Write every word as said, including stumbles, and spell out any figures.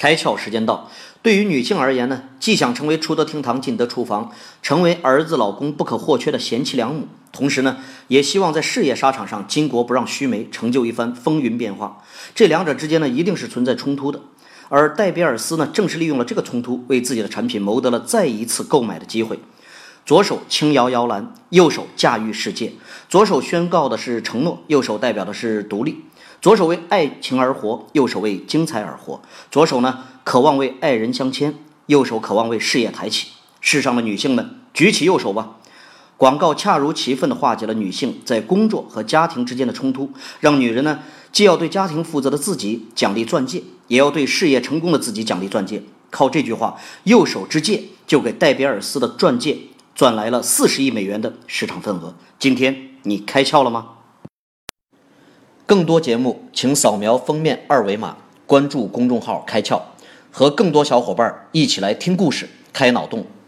开窍时间到。对于女性而言呢，既想成为出得厅堂进得厨房，成为儿子老公不可或缺的贤妻良母，同时呢，也希望在事业沙场上巾帼不让须眉，成就一番风云变化。这两者之间呢，一定是存在冲突的。而戴比尔斯呢，正是利用了这个冲突，为自己的产品谋得了再一次购买的机会。左手轻摇摇篮，右手驾驭世界。左手宣告的是承诺，右手代表的是独立。左手为爱情而活，右手为精彩而活。左手呢，渴望为爱人相牵，右手渴望为事业抬起。世上的女性们，举起右手吧！广告恰如其分地化解了女性在工作和家庭之间的冲突，让女人呢，既要对家庭负责的自己奖励钻戒，也要对事业成功的自己奖励钻戒。靠这句话，右手之戒就给戴比尔斯的钻戒赚来了四十亿美元的市场份额。今天你开窍了吗？更多节目请扫描封面二维码，关注公众号开窍，和更多小伙伴一起来听故事，开脑洞。